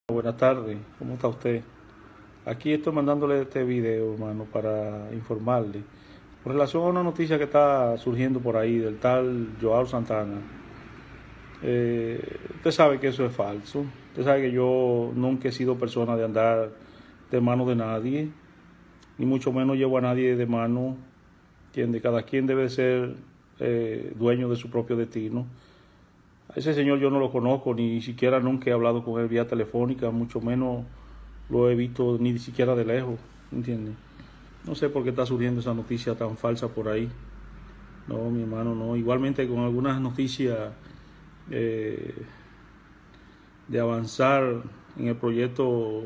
Buenas tardes, ¿cómo está usted? Aquí estoy mandándole este video, hermano, para informarle. Con relación a una noticia que está surgiendo por ahí del tal Joao Santana. Usted sabe que eso es falso. Usted sabe que yo nunca he sido persona de andar de mano de nadie, ni mucho menos llevo a nadie de mano. ¿Entiende? Cada quien debe ser dueño de su propio destino. A ese señor yo no lo conozco, ni siquiera nunca he hablado con él vía telefónica, mucho menos lo he visto ni siquiera de lejos, ¿entiendes? No sé por qué está surgiendo esa noticia tan falsa por ahí. No, mi hermano, no. Igualmente con algunas noticias eh, de avanzar en el proyecto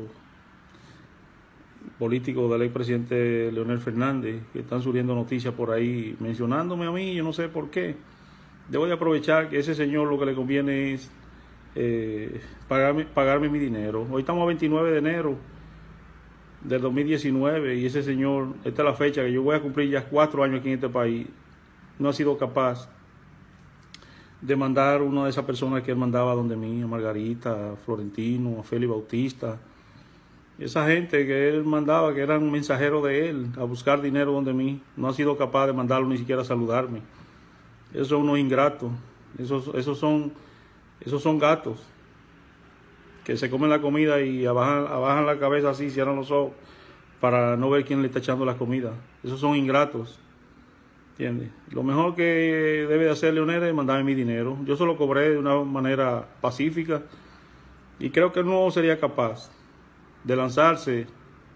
político del expresidente Leonel Fernández, que están surgiendo noticias por ahí mencionándome a mí, yo no sé por qué. Debo de aprovechar que ese señor lo que le conviene es pagarme mi dinero. Hoy estamos a 29 de enero del 2019 y ese señor, esta es la fecha que yo voy a cumplir ya 4 años aquí en este país, no ha sido capaz de mandar una de esas personas que él mandaba donde mí, a Margarita, a Florentino, a Félix Bautista, esa gente que él mandaba, que eran mensajeros de él, a buscar dinero donde mí, no ha sido capaz de mandarlo ni siquiera a saludarme. Esos son unos ingratos, esos son gatos que se comen la comida y abajan la cabeza así, cierran los ojos para no ver quién le está echando la comida. Esos son ingratos, ¿entiendes? Lo mejor que debe de hacer Leonel es mandarme mi dinero. Yo se lo cobré de una manera pacífica y creo que él no sería capaz de lanzarse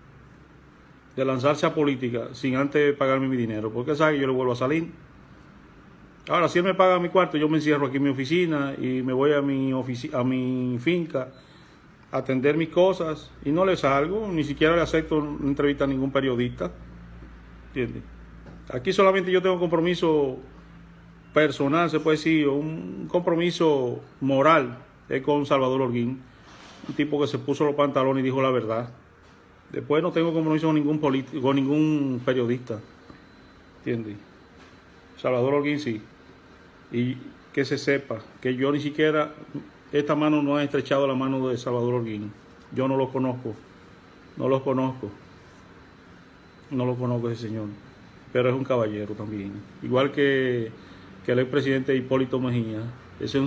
a política sin antes pagarme mi dinero, porque sabe que yo le vuelvo a salir. Ahora, si él me paga mi cuarto, yo me encierro aquí en mi oficina y me voy a mi finca a atender mis cosas y no le salgo, ni siquiera le acepto una entrevista a ningún periodista. ¿Entiendes? Aquí solamente yo tengo un compromiso personal, se puede decir, un compromiso moral, es con Salvador Holguín, un tipo que se puso los pantalones y dijo la verdad. Después no tengo compromiso con ningún político, con ningún periodista. ¿Entiendes? Salvador Holguín sí. Y que se sepa que yo ni siquiera, esta mano no ha estrechado la mano de Salvador Holguín. Yo no lo conozco, no lo conozco, no lo conozco ese señor, pero es un caballero también. Igual que el expresidente Hipólito Mejía, ese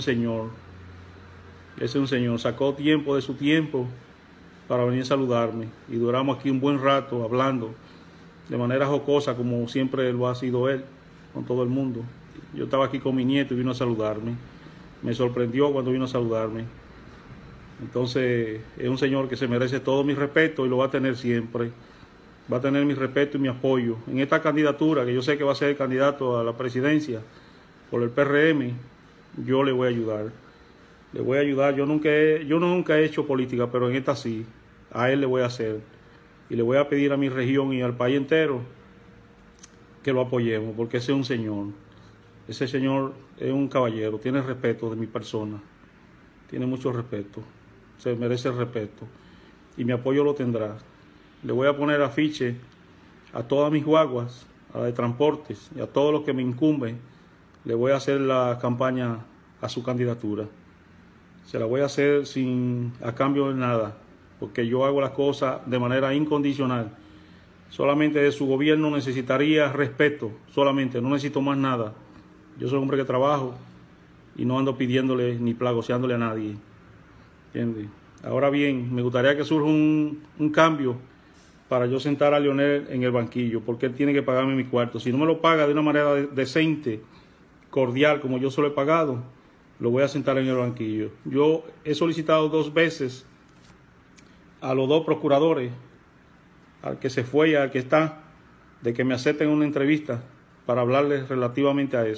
es un señor, sacó tiempo de su tiempo para venir a saludarme y duramos aquí un buen rato hablando de manera jocosa como siempre lo ha sido él con todo el mundo. Yo estaba aquí con mi nieto y vino a saludarme. Me sorprendió cuando vino a saludarme. Entonces, es un señor que se merece todo mi respeto y lo va a tener siempre. Va a tener mi respeto y mi apoyo. En esta candidatura, que yo sé que va a ser candidato a la presidencia por el PRM, yo le voy a ayudar. Le voy a ayudar. Yo nunca he hecho política, pero en esta sí. A él le voy a hacer. Y le voy a pedir a mi región y al país entero que lo apoyemos, porque ese es un señor. Ese señor es un caballero, tiene respeto de mi persona, tiene mucho respeto, se merece el respeto y mi apoyo lo tendrá. Le voy a poner afiche a todas mis guaguas, a la de transportes y a todos los que me incumben, le voy a hacer la campaña a su candidatura. Se la voy a hacer a cambio de nada, porque yo hago las cosas de manera incondicional. Solamente de su gobierno necesitaría respeto, solamente, no necesito más nada. Yo soy un hombre que trabajo y no ando pidiéndole ni plagoseándole a nadie. ¿Entiendes? Ahora bien, me gustaría que surja un cambio para yo sentar a Leonel en el banquillo, porque él tiene que pagarme mi cuarto. Si no me lo paga de una manera decente, cordial, como yo se lo he pagado, lo voy a sentar en el banquillo. Yo he solicitado 2 veces a los 2 procuradores, al que se fue y al que está, de que me acepten una entrevista para hablarles relacionadamente a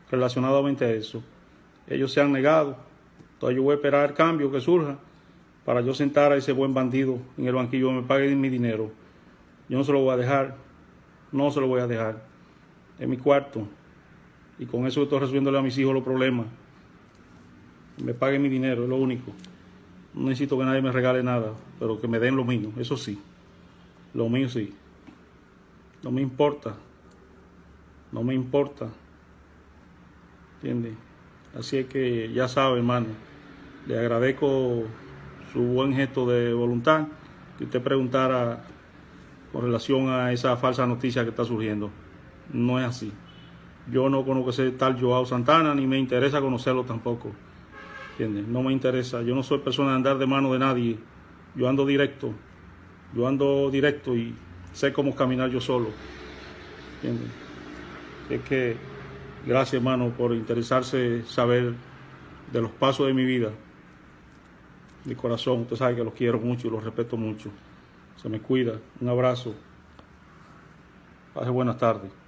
eso. Ellos se han negado. Entonces yo voy a esperar el cambio que surja para yo sentar a ese buen bandido en el banquillo, me pague mi dinero. Yo no se lo voy a dejar, no se lo voy a dejar. Es mi cuarto y con eso estoy resolviéndole a mis hijos los problemas. Me pague mi dinero, es lo único. No necesito que nadie me regale nada, pero que me den lo mío, eso sí. Lo mío sí. No me importa. No me importa. ¿Entiendes? Así es que ya sabe, hermano. Le agradezco su buen gesto de voluntad, que usted preguntara con relación a esa falsa noticia que está surgiendo. No es así. Yo no conozco ese tal Joao Santana, ni me interesa conocerlo tampoco. ¿Entiendes? No me interesa. Yo no soy persona de andar de mano de nadie. Yo ando directo. Y sé cómo caminar yo solo. ¿Entiendes? Es que gracias, hermano, por interesarse, saber de los pasos de mi vida. De corazón, usted sabe que los quiero mucho y los respeto mucho. Se me cuida. Un abrazo. Pase buenas tardes.